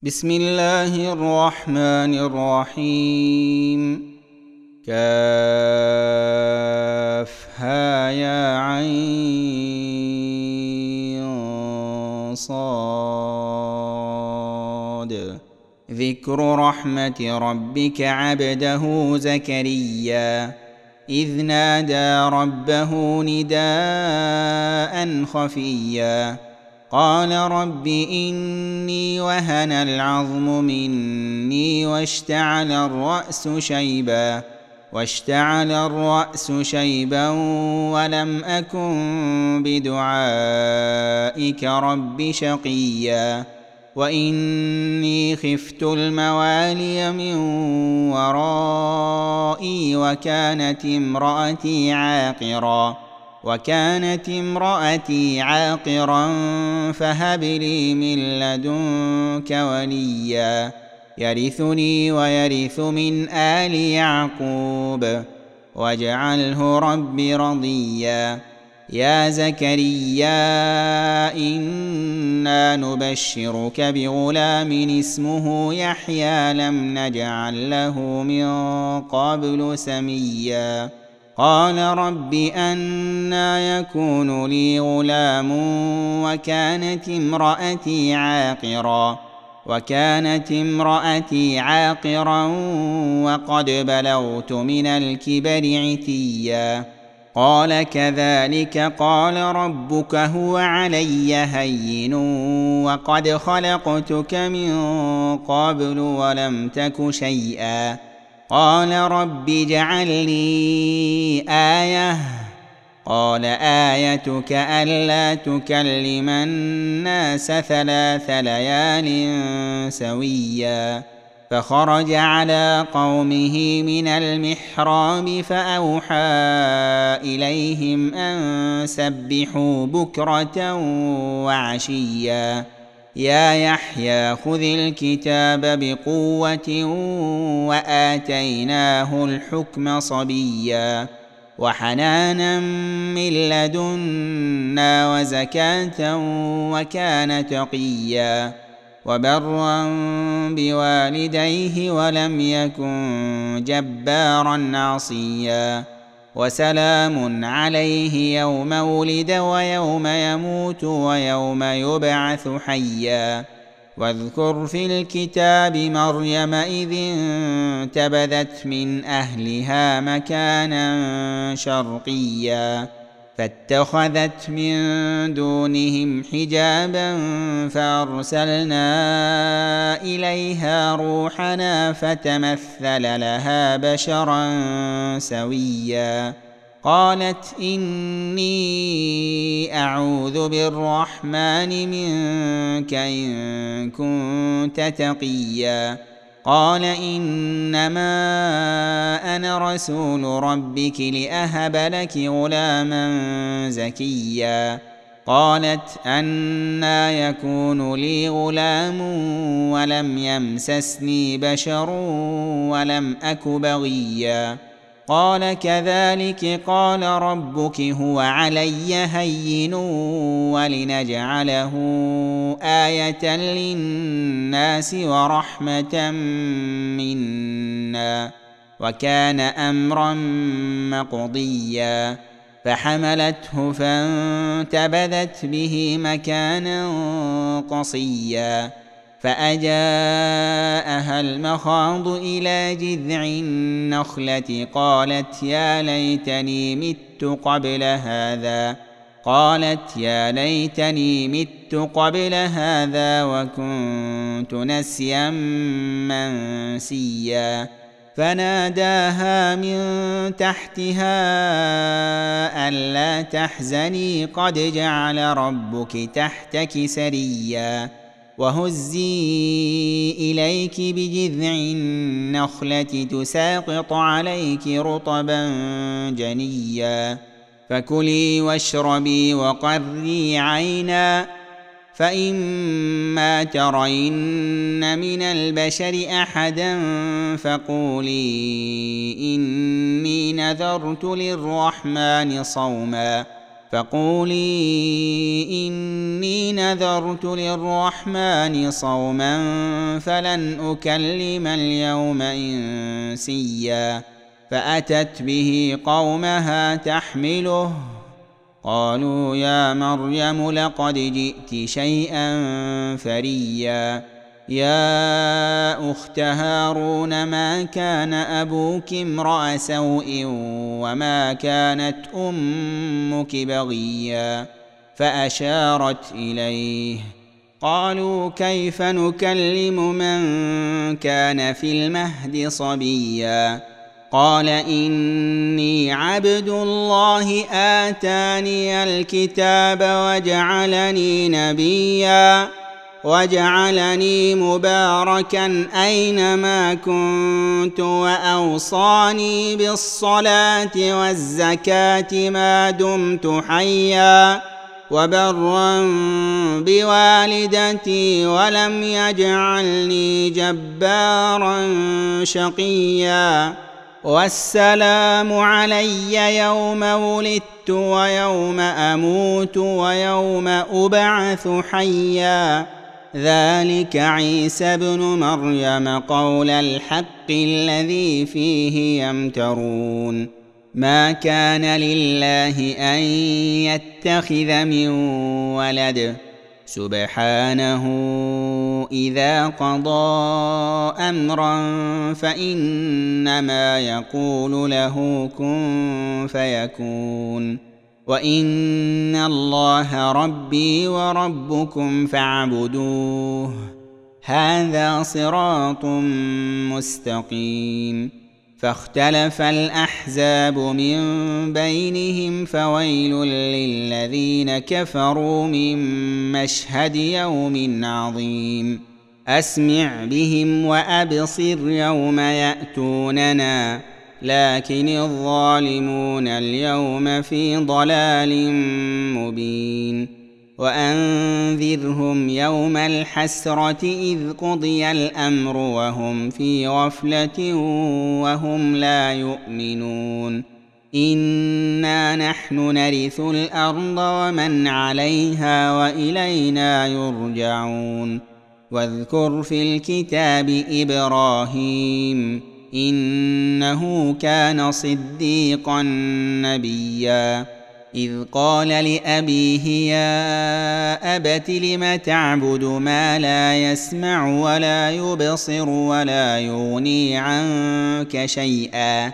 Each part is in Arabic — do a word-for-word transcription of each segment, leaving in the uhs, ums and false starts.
بسم الله الرحمن الرحيم. كافها يا عين صاد. ذكر رحمة ربك عبده زكريا إذ نادى ربه نداء خفيا قال رب إني وهن العظم مني واشتعل الرأس شيبا واشتعل الرأس شيبا ولم أكن بدعائك رب شقيا وإني خفت الموالي من ورائي وكانت امرأتي عاقرا وكانت امرأتي عاقرا فهب لي من لدنك وليا يرثني ويرث من آل يعقوب واجعله رب رضيا. يا زكريا إنا نبشرك بغلام اسمه يحيى لم نجعل له من قبل سميا قال رب أنى يكون لي غلام وكانت امرأتي عاقرا وكانت امرأتي عاقرا وقد بلغت من الكبر عتيا قال كذلك قال ربك هو علي هين وقد خلقتك من قبل ولم تك شيئا قال رب اجعل لي آية قال آيتك ألا تكلم الناس ثلاث ليال سويا فخرج على قومه من المحراب فأوحى إليهم أن سبحوا بكرة وعشيا يا يحيى خذ الكتاب بقوة وآتيناه الحكم صبيا وحنانا من لدنا وزكاة وكان تقيا وبرا بوالديه ولم يكن جبارا عصيا وسلام عليه يوم ولد ويوم يموت ويوم يبعث حيا واذكر في الكتاب مريم إذ انتبذت من أهلها مكانا شرقيا فاتخذت من دونهم حجابا فأرسلنا إليها روحنا فتمثل لها بشرا سويا قالت إني أعوذ بالرحمن منك إن كنت تقيا قال إنما أنا رسول ربك لأهب لك غلاما زكيا قالت أنى يكون لي غلام ولم يمسسني بشر ولم أك بغيا قال كذلك قال ربك هو علي هين ولنجعله آية للناس ورحمة منا وكان أمرا مقضيا فحملته فانتبذت به مكانا قصيا فأجاءها المخاض إلى جذع النخلة قالت يا ليتني مت قبل هذا قالت يا ليتني مت قبل هذا وكنت نسيا منسيا فناداها من تحتها ألا تحزني قد جعل ربك تحتك سريا وهزي إليك بجذع النخلة تساقط عليك رطبا جنيا فكلي واشربي وقري عينا فإما ترين من البشر أحدا فقولي إني نذرت للرحمن صوما فقولي إني إني نذرت للرحمن صوما فلن أكلم اليوم إنسيا فأتت به قومها تحمله قالوا يا مريم لقد جئت شيئا فريا يا أخت هارون ما كان أبوك امرأ سوء وما كانت أمك بغيا فأشارت إليه قالوا كيف نكلم من كان في المهد صبيا قال إني عبد الله آتاني الكتاب وجعلني نبيا وجعلني مباركا أينما كنت وأوصاني بالصلاة والزكاة ما دمت حيا وبرا بوالدتي ولم يجعلني جبارا شقيا والسلام علي يوم ولدت ويوم أموت ويوم أبعث حيا ذلك عيسى ابن مريم قول الحق الذي فيه يمترون ما كان لله أن يتخذ من ولد سبحانه إذا قضى أمرا فإنما يقول له كن فيكون وإن الله ربي وربكم فاعبدوه هذا صراط مستقيم فاختلف الأحزاب من بينهم فويل للذين كفروا من مشهد يوم عظيم أسمع بهم وأبصر يوم يأتوننا لكن الظالمون اليوم في ضلال مبين وأنذرهم يوم الحسرة إذ قضي الأمر وهم في غفلة وهم لا يؤمنون إنا نحن نرث الأرض ومن عليها وإلينا يرجعون واذكر في الكتاب إبراهيم إنه كان صديقا نبيا إذ قال لأبيه يا أبت لم تعبد ما لا يسمع ولا يبصر ولا يغني عنك شيئا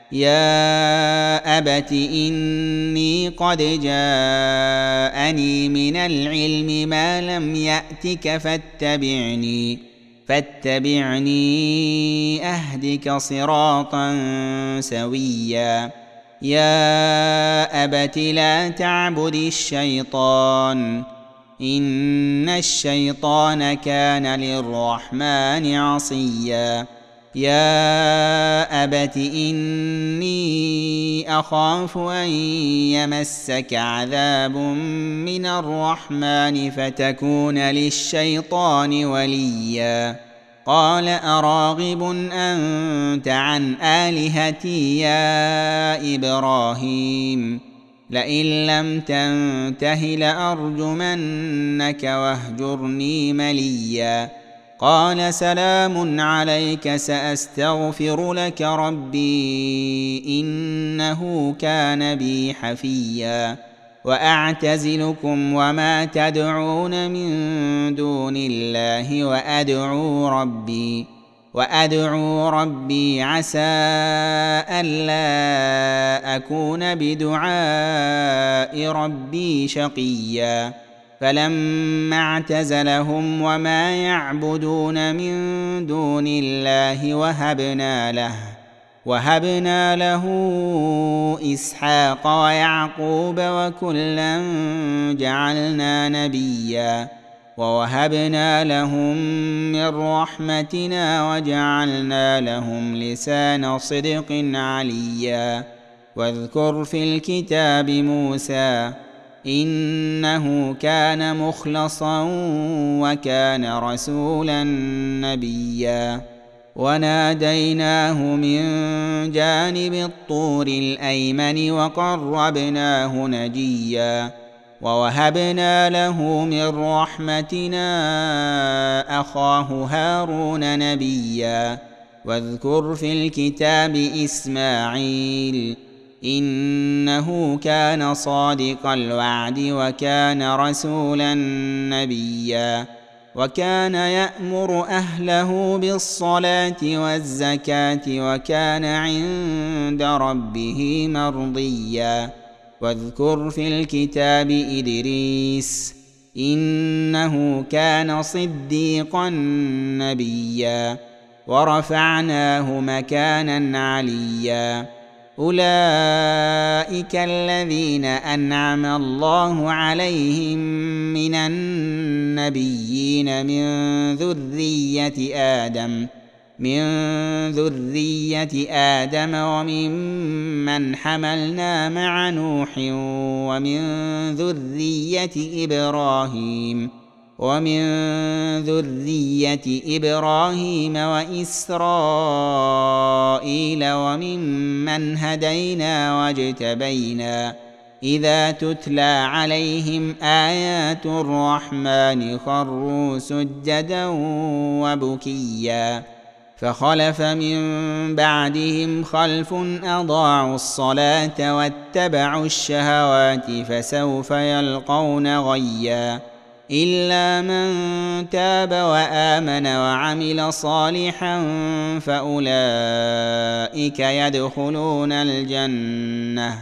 يا أبت إني قد جاءني من العلم ما لم يأتك فاتبعني فاتبعني أهدك صراطا سويا يا أبت لا تعبد الشيطان إن الشيطان كان للرحمن عصيا يا أبت إني أخاف أن يمسك عذاب من الرحمن فتكون للشيطان وليا قال أراغب أنت عن آلهتي يا إبراهيم لئن لم تنته لأرجمنك واهجرني مليا قال سلام عليك سأستغفر لك ربي إنه كان بي حفيا وأعتزلكم وما تدعون من دون الله وأدعو ربي وأدعو ربي عسى ألا أكون بدعاء ربي شقيا فلما اعتزلهم وما يعبدون من دون الله وهبنا له وهبنا له إسحاق ويعقوب وكلا جعلنا نبيا ووهبنا لهم من رحمتنا وجعلنا لهم لسان صدق عليا واذكر في الكتاب موسى إنه كان مخلصا وكان رسولا نبيا وناديناه من جانب الطور الأيمن وقربناه نجيا ووهبنا له من رحمتنا أخاه هارون نبيا واذكر في الكتاب إسماعيل إنه كان صادق الوعد وكان رسولا نبيا وكان يأمر أهله بالصلاة والزكاة وكان عند ربه مرضيا واذكر في الكتاب إدريس إنه كان صديقا نبيا ورفعناه مكانا عليا أولئك الذين أنعم الله عليهم من النبيين من ذرية آدم من ذرية آدم وممن حملنا مع نوح ومن ذرية إبراهيم ومن ذرية إبراهيم وإسرائيل وممن هدينا واجتبينا إذا تتلى عليهم آيات الرحمن خروا سجدا وبكيا فخلف من بعدهم خلف أضاعوا الصلاة واتبعوا الشهوات فسوف يلقون غيا إلا من تاب وآمن وعمل صالحا فأولئك يدخلون الجنة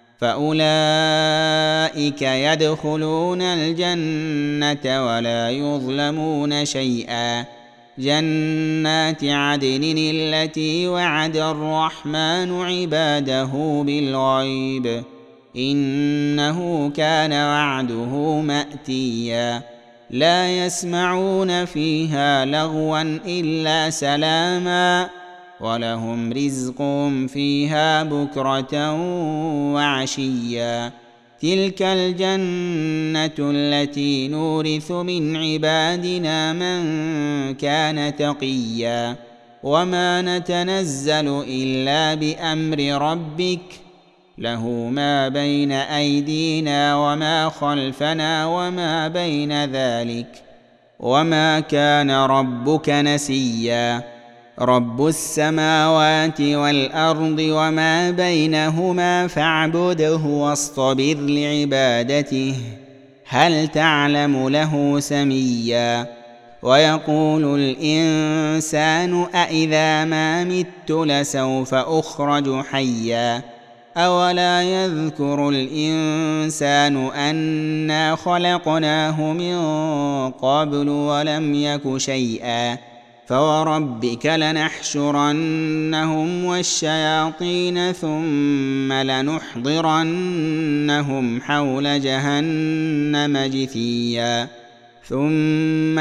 فأولئك يدخلون الجنة ولا يظلمون شيئا جنات عدن التي وعد الرحمن عباده بالغيب إنه كان وعده مأتيا لا يسمعون فيها لغوا إلا سلاما ولهم رزقهم فيها بكرة وعشيا تلك الجنة التي نورث من عبادنا من كان تقيا وما نتنزل إلا بأمر ربك له ما بين أيدينا وما خلفنا وما بين ذلك وما كان ربك نسيا رب السماوات والأرض وما بينهما فاعبده واصطبر لعبادته هل تعلم له سميا ويقول الإنسان أإذا ما مت لسوف أخرج حيا أولا يذكر الإنسان أنا خلقناه من قبل ولم يك شيئا فوربك لنحشرنهم والشياطين ثم لنحضرنهم حول جهنم جثيا ثم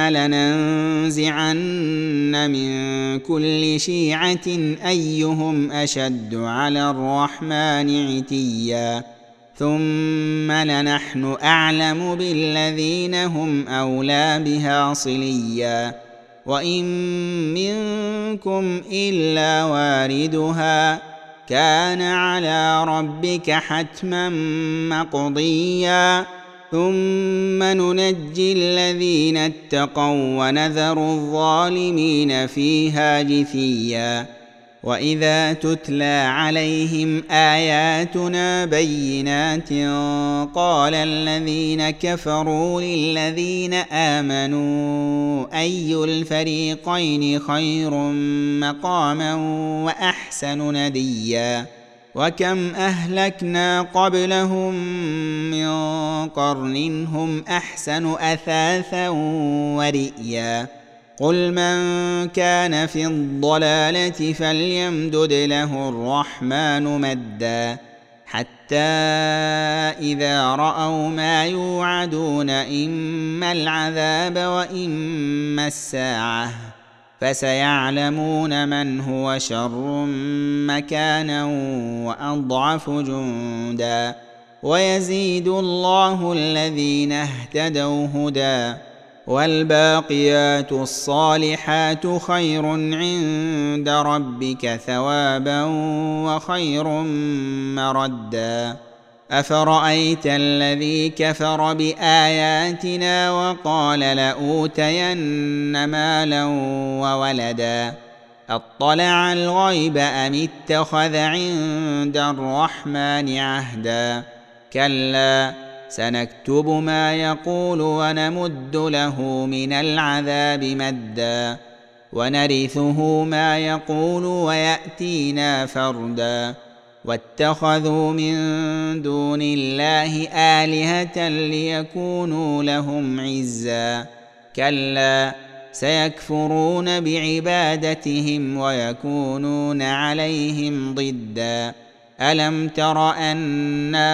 لننزعن من كل شيعة أيهم أشد على الرحمن عتيا ثم لنحن أعلم بالذين هم أولى بها صليا وإن منكم إلا واردها كان على ربك حتما مقضيا ثم ننجي الذين اتقوا ونذر الظالمين فيها جثيا وإذا تتلى عليهم آياتنا بينات قال الذين كفروا للذين آمنوا أي الفريقين خير مقاما وأحسن نديا وكم أهلكنا قبلهم من قرن هم أحسن أثاثا ورئيا قل من كان في الضلالة فليمدد له الرحمن مدا حتى إذا رأوا ما يوعدون إما العذاب وإما الساعة فسيعلمون من هو شر مكانا وأضعف جندا ويزيد الله الذين اهتدوا هدى والباقيات الصالحات خير عند ربك ثوابا وخير مردا أفرأيت الذي كفر بآياتنا وقال لأوتين مالا وولدا أطلع الغيب أم اتخذ عند الرحمن عهدا كلا سنكتب ما يقول ونمد له من العذاب مدا ونرثه ما يقول ويأتينا فردا واتخذوا من دون الله آلهة ليكونوا لهم عزا كلا سيكفرون بعبادتهم ويكونون عليهم ضدا ألم تر أنا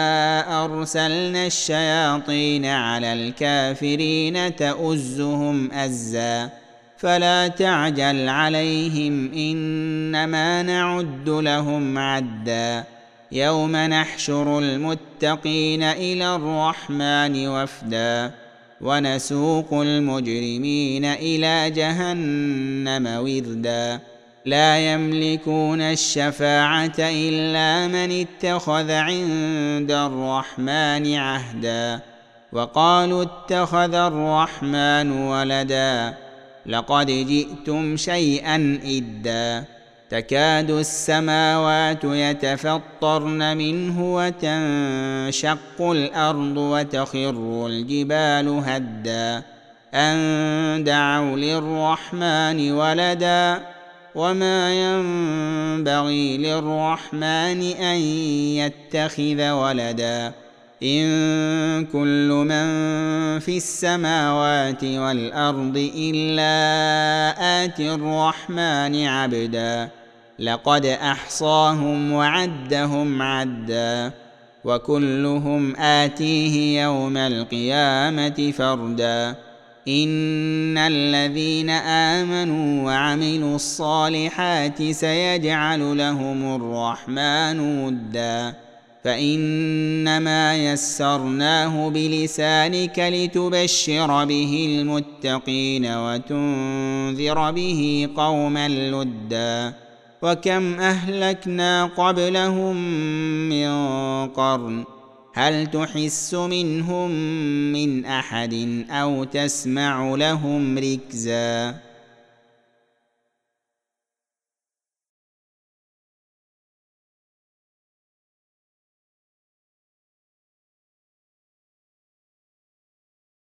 أرسلنا الشياطين على الكافرين تؤزهم أزا فلا تعجل عليهم إنما نعد لهم عدا يوم نحشر المتقين إلى الرحمن وفدا ونسوق المجرمين إلى جهنم وردا لا يملكون الشفاعة إلا من اتخذ عند الرحمن عهدا وقالوا اتخذ الرحمن ولدا لقد جئتم شيئا إدا تكاد السماوات يتفطرن منه وتنشق الأرض وتخر الجبال هدا أن دعوا للرحمن ولدا وما ينبغي للرحمن أن يتخذ ولدا إن كل من في السماوات والأرض إلا آتي الرحمن عبدا لقد أحصاهم وعدهم عدا وكلهم آتيه يوم القيامة فردا إن الذين آمنوا وعملوا الصالحات سيجعل لهم الرحمن ودا فإنما يسرناه بلسانك لتبشر به المتقين وتنذر به قوما لدا وكم أهلكنا قبلهم من قرن هل تحس منهم من أحد أو تسمع لهم ركزا